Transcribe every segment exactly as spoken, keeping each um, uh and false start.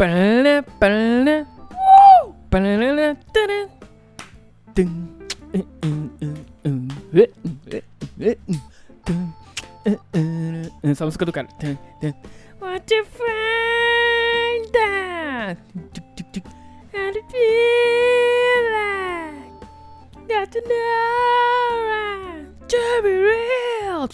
Essa música do cara. What you find that? How to feel like got to know right to be real.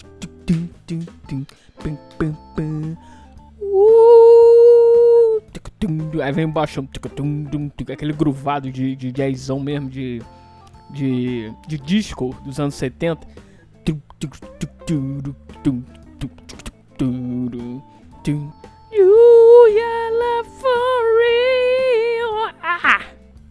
Uh, aí vem embaixo aquele groovado de, de jazzão mesmo, de, de, de disco dos anos setenta. You, your love for real. Ah.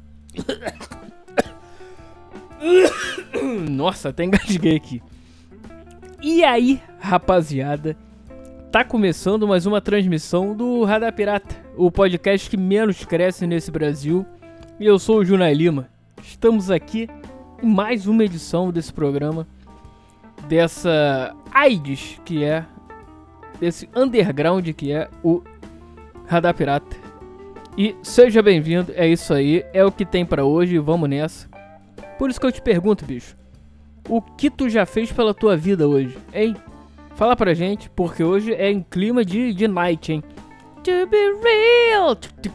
Nossa, até engasguei aqui. E aí, rapaziada, tá começando mais uma transmissão do Radar Pirata, o podcast que menos cresce nesse Brasil. E eu sou o Junai Lima. Estamos aqui em mais uma edição desse programa, dessa AIDS que é, desse underground que é o Radar Pirata. E seja bem-vindo, é isso aí, é o que tem pra hoje, vamos nessa. Por isso que eu te pergunto, bicho, o que tu já fez pela tua vida hoje, hein? Fala pra gente, porque hoje é em clima de, de night, hein? To be real.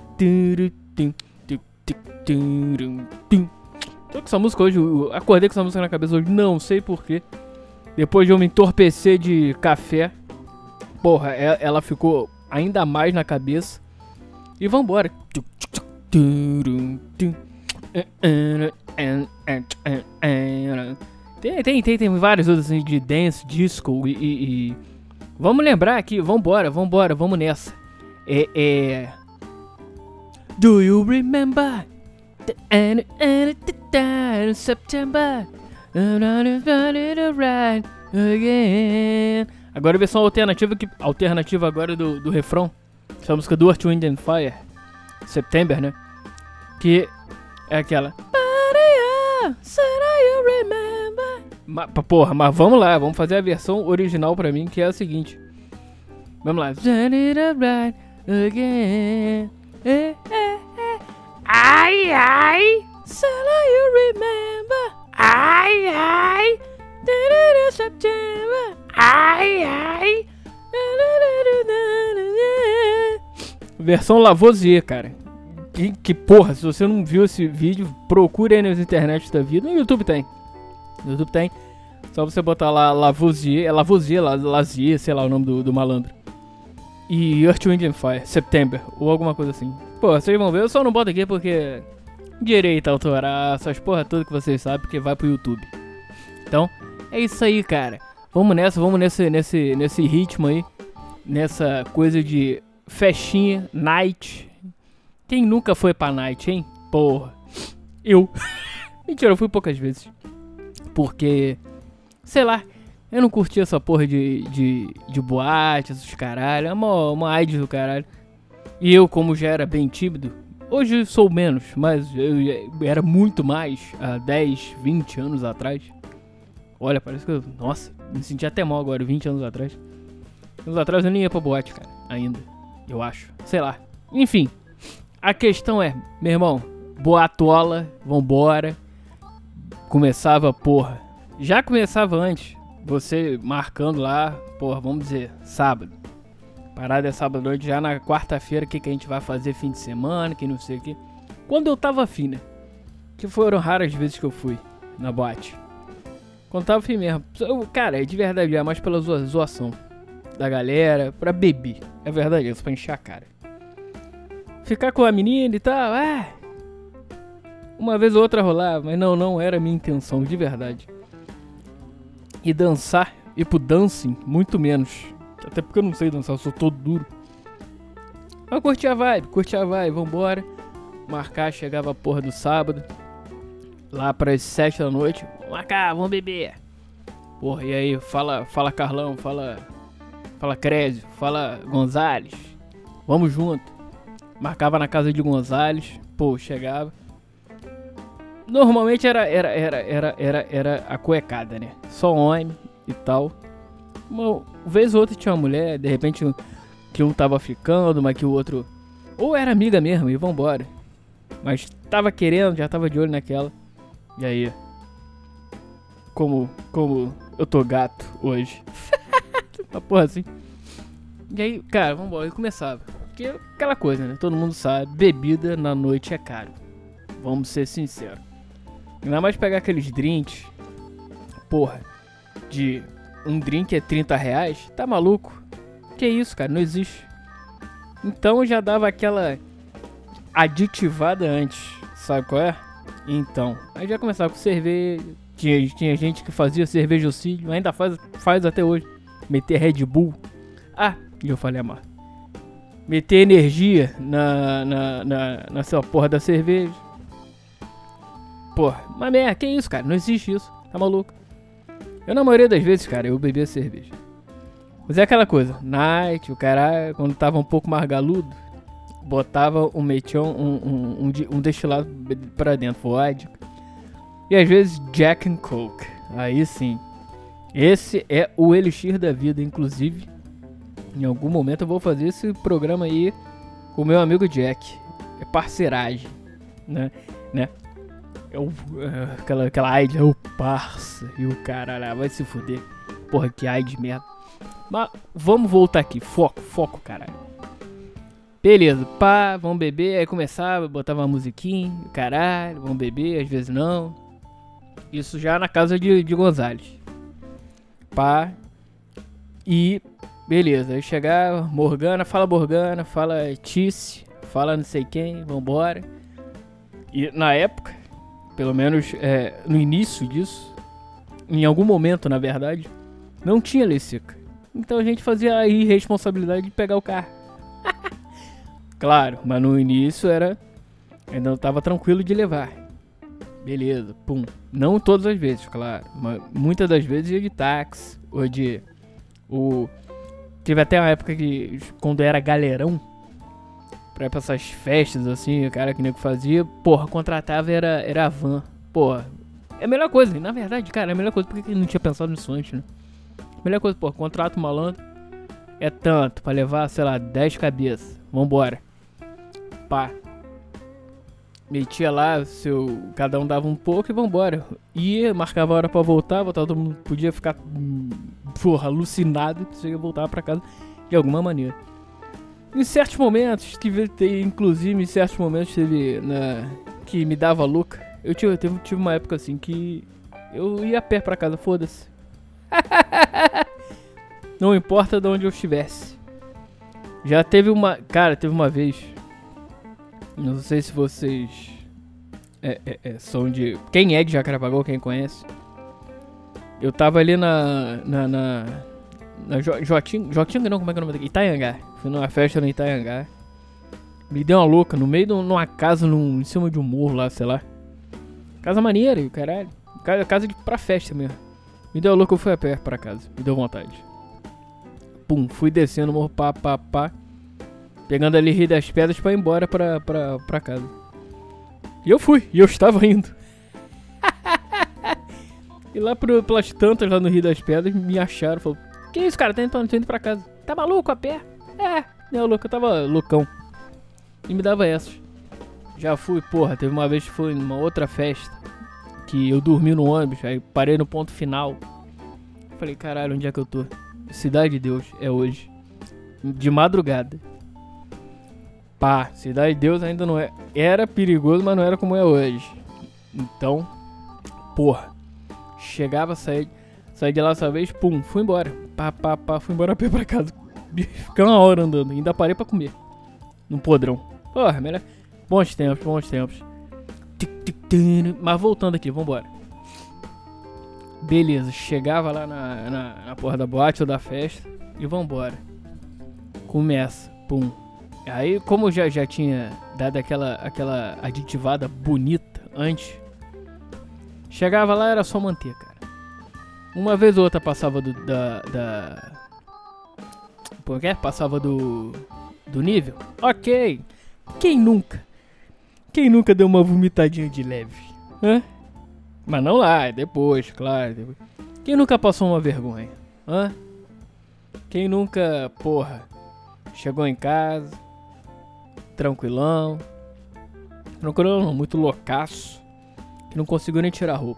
Tô com essa música hoje, eu acordei com essa música na cabeça hoje, não sei porquê. Depois de eu me entorpecer de café, porra, ela ficou ainda mais na cabeça. E vambora. Tem, tem, tem, tem vários outros assim, de dance, disco e, e, e... Vamos lembrar aqui, vambora, vambora, vamos nessa. É, é... Do you remember the end of the September? Agora a versão alternativa, que, alternativa agora do, do refrão. Essa música do Earth, Wind and Fire, September, né? Que é aquela Ma, porra, mas vamos lá, vamos fazer a versão original pra mim, que é a seguinte. Vamos lá. Ai, ai, so you remember. Ai, ai, September. Ai, ai. Versão Lavoisier, cara. Que, que porra, se você não viu esse vídeo, procure aí nas internet da vida. No YouTube tem. No YouTube tem. Só você botar lá Lavoisier, é Lavoisier, Lazier, sei lá o nome do, do malandro. E Earth, Wind and Fire, September, ou alguma coisa assim. Pô, vocês vão ver, eu só não boto aqui porque direito autoral, essas porra toda que vocês sabem, porque vai pro YouTube. Então, é isso aí, cara. Vamos nessa, vamos nesse, nesse, nesse ritmo aí. Nessa coisa de festinha, night. Quem nunca foi pra night, hein? Porra. Eu. Mentira, eu fui poucas vezes. Porque, sei lá, eu não curti essa porra de, de, de boate, esses caralho. É uma, uma AIDS do caralho. E eu, como já era bem tímido, hoje sou menos, mas eu, eu era muito mais há dez, vinte anos atrás. Olha, parece que eu... Nossa, me senti até mal agora, vinte anos atrás. Anos atrás eu nem ia pra boate, cara, ainda. Eu acho. Sei lá. Enfim, a questão é, meu irmão, boatola, vambora. Começava, porra, já começava antes, você marcando lá, porra, vamos dizer, sábado. Parada é sábado à noite, já na quarta-feira, o que, que a gente vai fazer fim de semana, que não sei o que. Quando eu tava afim, né? Que foram raras vezes que eu fui na boate. Quando tava afim mesmo. Eu, cara, é de verdade, é mais pela zoa, zoação da galera, pra beber. É verdade, isso, pra encher a cara. Ficar com a menina e tal, ah... Uma vez ou outra rolar, mas não, não era a minha intenção, de verdade. E dançar, ir pro dancing, muito menos. Até porque eu não sei dançar, eu sou todo duro. Mas curti a vibe, curti a vibe, vambora. Marcar, chegava a porra do sábado. Lá pras sete da noite. Vamos marcar, vamos beber. Porra, e aí, fala, fala Carlão, fala... Fala Crésio, fala Gonzales. Vamos junto. Marcava na casa de Gonzales. Pô, chegava. Normalmente era, era, era, era, era, era a cuecada, né? Só homem e tal. Uma vez ou outra tinha uma mulher, de repente que um tava ficando, mas que o outro Ou era amiga mesmo, e vambora. Mas tava querendo, já tava de olho naquela. E aí? Como, como eu tô gato hoje. Uma porra assim. E aí, cara, vambora, e começava. Porque aquela coisa, né? Todo mundo sabe, bebida na noite é caro. Vamos ser sinceros. Ainda mais pegar aqueles drinks. Porra, de um drink é trinta reais. Tá maluco? Que isso, cara? Não existe. Então já dava aquela aditivada antes. Sabe qual é? Então, aí já começava com cerveja. Tinha, tinha gente que fazia cerveja auxílio. Ainda faz, faz até hoje. Meter Red Bull. Ah, e eu falei a marca. Meter energia na, na, na, na sua porra da cerveja. Porra, mas merda, que isso, cara? Não existe isso. Tá maluco? Eu, na maioria das vezes, cara, eu bebia cerveja. Mas é aquela coisa. Night, o cara, quando tava um pouco mais galudo, botava um metion, um, um, um, um destilado pra dentro, vodka. E às vezes Jack and Coke. Aí sim. Esse é o elixir da vida, inclusive. Em algum momento eu vou fazer esse programa aí com o meu amigo Jack. É parceiragem, né? né? É o, é, aquela, aquela AIDS, é o parça. E o caralho, vai se fuder. Porra, que AIDS merda. Mas vamos voltar aqui. Foco, foco, caralho. Beleza, pá, vamos beber. Aí começava, botava uma musiquinha. Caralho, vamos beber, às vezes não. Isso já na casa de, de Gonzales. Pá. E beleza, aí chegava, Morgana, fala Morgana, fala Tice, fala não sei quem, vambora. E na época, pelo menos é, no início disso, em algum momento na verdade, não tinha lei seca. Então a gente fazia a irresponsabilidade de pegar o carro. Claro, mas no início era, ainda não tava tranquilo de levar. Beleza, pum. Não todas as vezes, claro, mas muitas das vezes ia de táxi, ou de... O... Teve até uma época que, quando era galerão, pra ir pra essas festas assim, o cara que nego fazia, porra, contratava era, era a van. Porra, é a melhor coisa, na verdade, cara, é a melhor coisa, porque eu não tinha pensado nisso antes, né? A melhor coisa, porra, contrata um malandro, é tanto, pra levar, sei lá, dez cabeças, vambora. Pá. Metia lá, seu, cada um dava um pouco e vambora. Ia, marcava a hora pra voltar, voltava, todo mundo podia ficar, porra, alucinado que você ia voltar pra casa de alguma maneira. Em certos momentos, tive, inclusive em certos momentos teve, na, que me dava louca. Eu tive, tive, tive uma época assim que eu ia a pé pra casa, foda-se. Não importa de onde eu estivesse. Já teve uma, cara, teve uma vez... Não sei se vocês é, é, é, são de... Quem é de Jacarepaguá, quem conhece. Eu tava ali na... Na, na, na jo, Jotinga, Jotinga não, como é que é o nome daqui? Itaiangá. Fui numa festa no Itaiangá. Me deu uma louca, no meio de uma casa, num, em cima de um morro lá, sei lá. Casa maneira, e o caralho. Casa, casa de, pra festa mesmo. Me deu uma louca, eu fui a pé pra casa. Me deu vontade. Pum, fui descendo o morro, pá, pá, pá. Pegando ali Rio das Pedras pra ir embora pra, pra, pra casa. E eu fui, e eu estava indo. E lá pro, pelas tantas lá no Rio das Pedras me acharam. Falaram, que isso, cara, tá indo, tô indo pra casa. Tá maluco a pé? É, não, louco, eu tava loucão. E me dava essas. Já fui, porra, teve uma vez que fui numa outra festa. Que eu dormi no ônibus, aí parei no ponto final. Falei, caralho, onde é que eu tô? Cidade de Deus, é hoje. De madrugada. Pá, Cidade de Deus ainda não é. Era perigoso, mas não era como é hoje. Então, porra. Chegava, saí, saí de lá essa vez, pum, fui embora. Pá, pá, pá, fui embora a pé pra casa. Fiquei uma hora andando, ainda parei pra comer. Num podrão. Porra, melhor. Bons tempos, bons tempos. Mas voltando aqui, vambora. Beleza, chegava lá na, na, na porra da boate ou da festa. E vambora. Começa, pum. Aí, como eu já, já tinha dado aquela, aquela aditivada bonita antes, chegava lá, era só manter, cara. Uma vez ou outra passava do, da... da... Como é? Passava do... do nível? Ok. Quem nunca? Quem nunca deu uma vomitadinha de leve? Hã? Mas não lá, depois, claro. Depois. Quem nunca passou uma vergonha? Hã? Quem nunca, porra, chegou em casa... tranquilão. Tranquilão não, muito loucaço. Que não conseguiu nem tirar a roupa.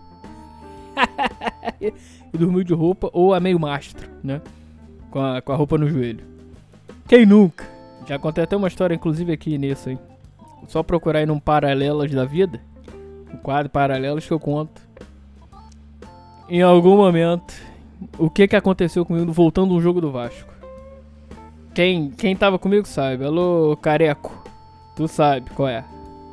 E dormiu de roupa ou a meio mastro, né? Com a, com a roupa no joelho. Quem nunca? Já contei até uma história, inclusive, aqui nisso, hein? Só procurar aí num Paralelos da Vida. Um quadro Paralelos que eu conto. Em algum momento, o que que aconteceu comigo voltando um jogo do Vasco. Quem, quem tava comigo sabe. Alô, Careco. Tu sabe qual é.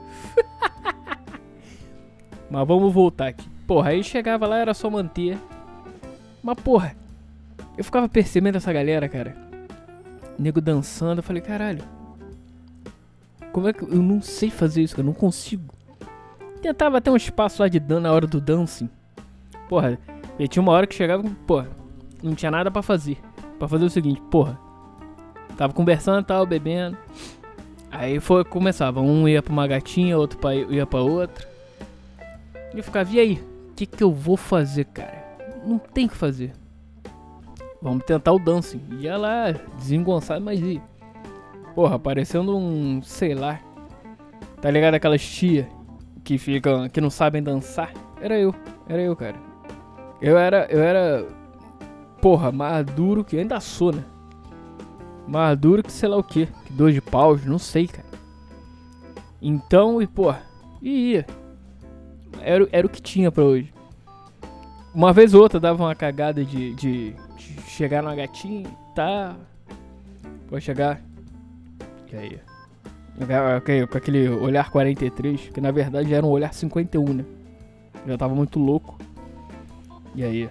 Mas vamos voltar aqui. Porra, aí chegava lá, era só manter. Mas porra, eu ficava percebendo essa galera, cara. Nego dançando, eu falei, caralho. Como é que eu não sei fazer isso, cara? Eu não consigo. Tentava ter um espaço lá de dan na hora do dancing. Porra, e tinha uma hora que chegava, porra, não tinha nada pra fazer. Pra fazer o seguinte, porra. Tava conversando e tal, bebendo. Aí foi, começava, um ia pra uma gatinha, outro pra, ia pra outra. E eu ficava, e aí? O que que eu vou fazer, cara? Não tem o que fazer. Vamos tentar o dancing. Ia lá, desengonçado, mas ia. Porra, aparecendo um, sei lá. Tá ligado aquelas tia que ficam, que não sabem dançar? Era eu, era eu, cara. Eu era, eu era, porra, mais duro que, ainda sou, né? Mais duro que sei lá o que, que dois de paus, não sei, cara. Então, e porra, e ia. Era, era o que tinha pra hoje. Uma vez ou outra dava uma cagada de, de, de chegar numa gatinha, tá? Pode chegar. E aí? Okay, com aquele olhar quarenta e três, que na verdade era um olhar cinquenta e um, né? Já tava muito louco. E aí?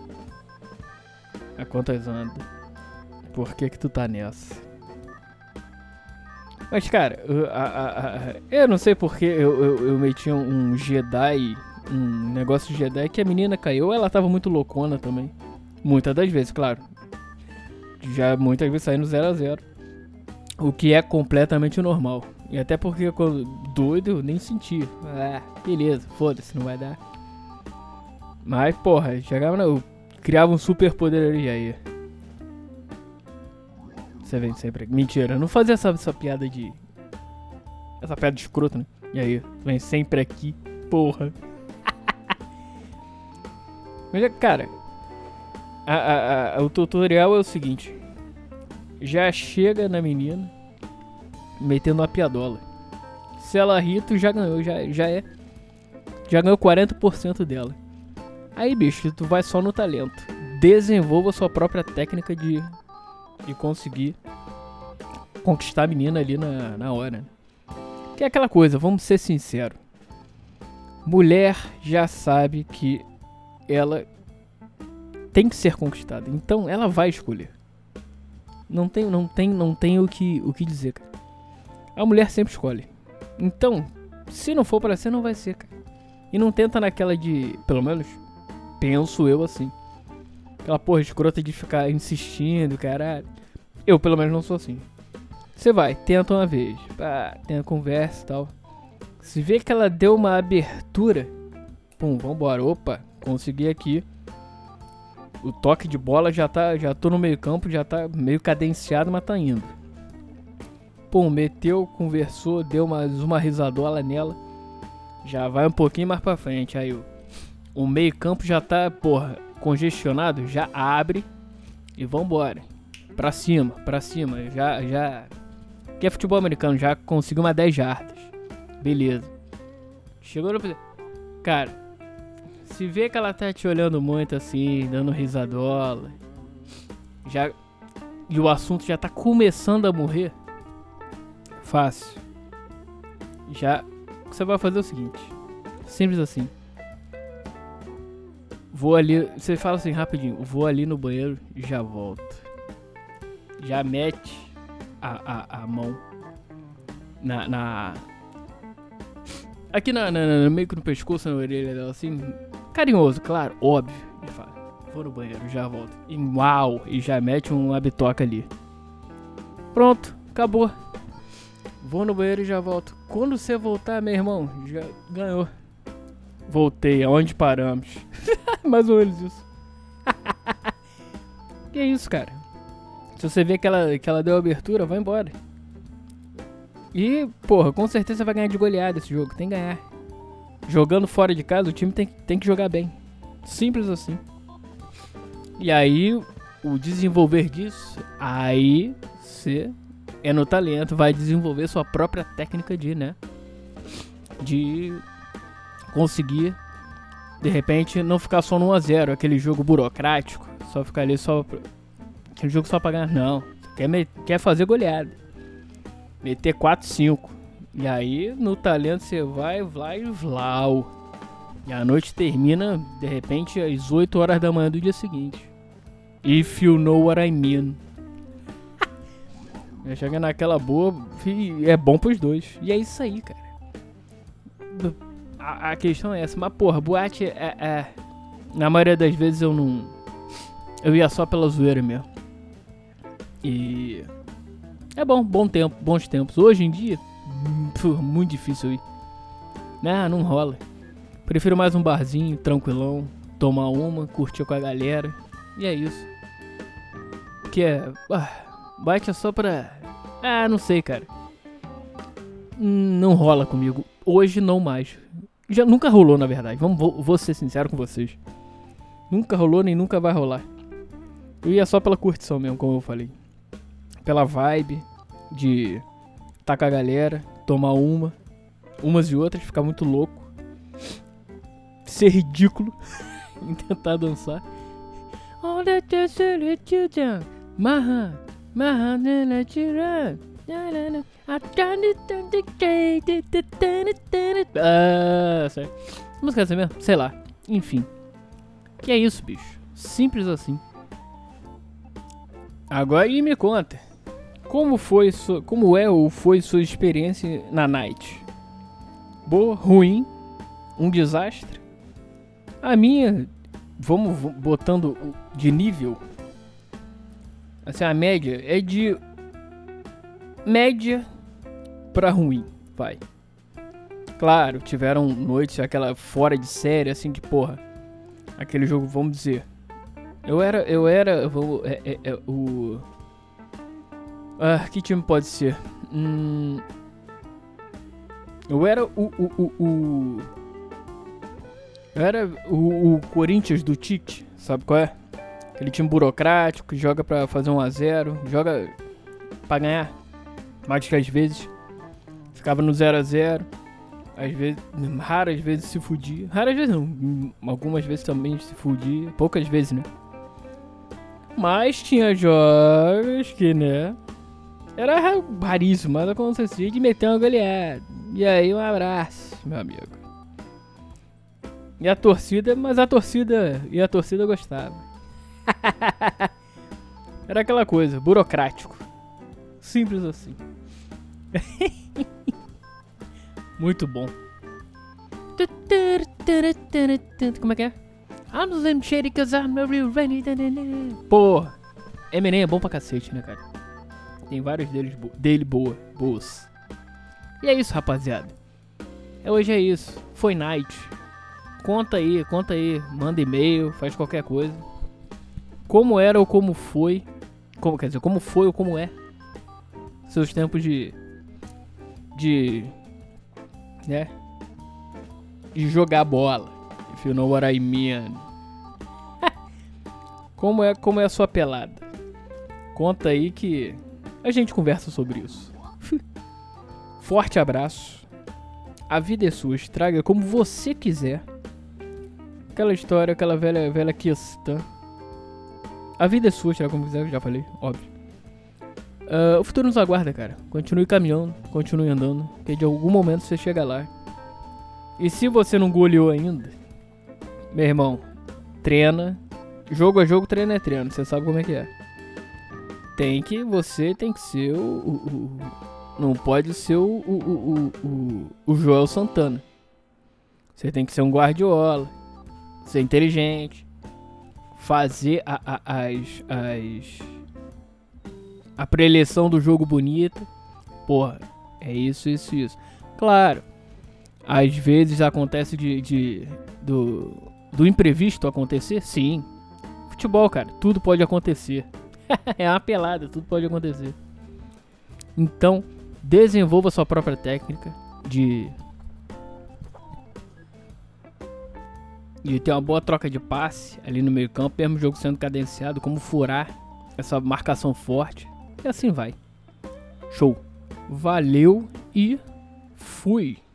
A quantas anda? Por que que tu tá nessa? Mas cara, eu, a, a, a, eu não sei porque eu, eu, eu meti um Jedi, um negócio de Jedi que a menina caiu, ela tava muito loucona também. Muitas das vezes, claro. Já muitas vezes saindo zero a zero. O que é completamente normal. E até porque quando doido eu nem senti. Ah, beleza, foda-se, não vai dar. Mas porra, chegava na, eu criava um super poder ali aí. Você vem sempre aqui. Mentira, eu não fazia essa, essa piada de... Essa piada de escroto, né? E aí, vem sempre aqui, porra. Mas, cara, a, a, a, o tutorial é o seguinte. Já chega na menina, metendo uma piadola. Se ela rir, tu já ganhou, já, já é... Já ganhou quarenta por cento dela. Aí, bicho, tu vai só no talento. Desenvolva sua própria técnica de... E conseguir conquistar a menina ali na, na hora. Que é aquela coisa, vamos ser sinceros. Mulher já sabe que ela tem que ser conquistada. Então ela vai escolher. Não tem, não tem, não tem o que, o que dizer, cara. A mulher sempre escolhe. Então, se não for pra ser, não vai ser, cara. E não tenta naquela de... Pelo menos, penso eu assim. Aquela porra escrota de ficar insistindo, caralho. Eu, pelo menos, não sou assim. Você vai, tenta uma vez. Pá, tem a conversa e tal. Se vê que ela deu uma abertura. Pum, vambora. Opa, consegui aqui. O toque de bola já tá... Já tô no meio campo, já tá meio cadenciado, mas tá indo. Pum, meteu, conversou, deu mais uma risadola nela. Já vai um pouquinho mais pra frente. Aí o, o meio campo já tá, porra... congestionado, já abre e vambora. Pra cima, pra cima. Já, já... Que é futebol americano, já conseguiu uma dez jardas. Beleza. Chegou no... Cara, se vê que ela tá te olhando muito assim, dando risadola, já... E o assunto já tá começando a morrer. Fácil. Já... Você vai fazer o seguinte. Simples assim. Vou ali, você fala assim rapidinho, vou ali no banheiro e já volto. Já mete a, a, a mão na, na... Aqui na, na, na, meio que no pescoço, na orelha dela assim, carinhoso, claro, óbvio. E fala, vou no banheiro, já volto. E uau, e já mete um abitoca ali. Pronto, acabou. Vou no banheiro e já volto. Quando você voltar, meu irmão, já ganhou. Voltei, aonde paramos. Mais ou menos isso. Que é isso, cara. Se você vê que ela, que ela deu abertura, vai embora. E, porra, com certeza vai ganhar de goleada esse jogo. Tem que ganhar. Jogando fora de casa, o time tem, tem que jogar bem. Simples assim. E aí, o desenvolver disso, aí você é no talento, vai desenvolver sua própria técnica de, né? De conseguir, de repente, não ficar só no um a zero, aquele jogo burocrático, só ficar ali só... Aquele jogo só pra ganhar, não. Você quer, me, quer fazer goleada. Meter quatro, cinco. E aí, no talento, você vai, vai e vlau. E a noite termina, de repente, às oito horas da manhã do dia seguinte. If you know what I mean. Chega naquela boa, é bom pros dois. E é isso aí, cara. A, a questão é essa. Mas, porra, boate é, é... Na maioria das vezes eu não... Eu ia só pela zoeira mesmo. E... É bom, bom tempo, bons tempos. Hoje em dia, pô, muito difícil ir. Não, não rola. Prefiro mais um barzinho, tranquilão. Tomar uma, curtir com a galera. E é isso. Que é... Ah, bate é só pra... Ah, não sei, cara. Não rola comigo. Hoje não mais. Já nunca rolou, na verdade. Vamos, vou, vou ser sincero com vocês. Nunca rolou, nem nunca vai rolar. Eu ia só pela curtição mesmo, como eu falei. Pela vibe de tá com a galera, tomar uma, umas e outras, ficar muito louco. Ser ridículo em tentar dançar. Olha Maha, Maha, ah, sei. Música assim mesmo? Sei lá. Enfim. Que é isso, bicho. Simples assim. Agora e me conta. Como foi sua, como é ou foi sua experiência na night? Boa, ruim, um desastre? A minha, vamos botando de nível. Assim, a média é de média pra ruim, vai. Claro, tiveram noites aquela fora de série, assim, que porra, aquele jogo, vamos dizer, eu era, eu era, vou, é, é, é, o, ah, que time pode ser? Hum, eu era o, o, o, o eu era o, o Corinthians do Tite, sabe qual é? Aquele time burocrático que joga pra fazer um a zero, joga pra ganhar. Mais que às vezes ficava no zero a zero. Às vezes, raras vezes se fudia. Raras vezes não, algumas vezes também se fudia. Poucas vezes, né? Mas tinha jogos que, né? Era raríssimo, mas acontecia de meter uma goleada. E aí, um abraço, meu amigo. E a torcida, mas a torcida, e a torcida gostava. Era aquela coisa, burocrático. Simples assim. Muito bom. Como é que é? I'm so shady cause I'm a real rainy. Pô, Eminem é bom pra cacete, né, cara? Tem vários deles bo- dele boa, boas. E é isso, rapaziada. É, hoje é isso. Foi night. Conta aí, conta aí. Manda e-mail, faz qualquer coisa. Como era ou como foi. Como, quer dizer, como foi ou como é. Seus tempos de... De... Né? De jogar bola. If you know what I mean. Como é, como é a sua pelada? Conta aí que a gente conversa sobre isso. Forte abraço. A vida é sua, estraga como você quiser. Aquela história, aquela velha, velha questão. A vida é sua, estraga como quiser, já falei, óbvio. Uh, o futuro nos aguarda, cara. Continue caminhando, continue andando, que de algum momento você chega lá. E se você não goleou ainda, meu irmão, treina. Jogo a jogo, treino é treino, você sabe como é que é. Tem que, você tem que ser o... o, o não pode ser o, o, o, o, o Joel Santana. Você tem que ser um Guardiola, ser inteligente, fazer a, a, as, as... a preleção do jogo bonita. Porra, é isso, isso, isso. Claro, às vezes acontece de, de do, do imprevisto acontecer, sim. Futebol, cara, tudo pode acontecer. É uma pelada, tudo pode acontecer. Então, Desenvolva sua própria técnica de de ter uma boa troca de passe ali no meio campo, mesmo o jogo sendo cadenciado, como furar essa marcação forte, e assim vai. Show. Valeu e fui.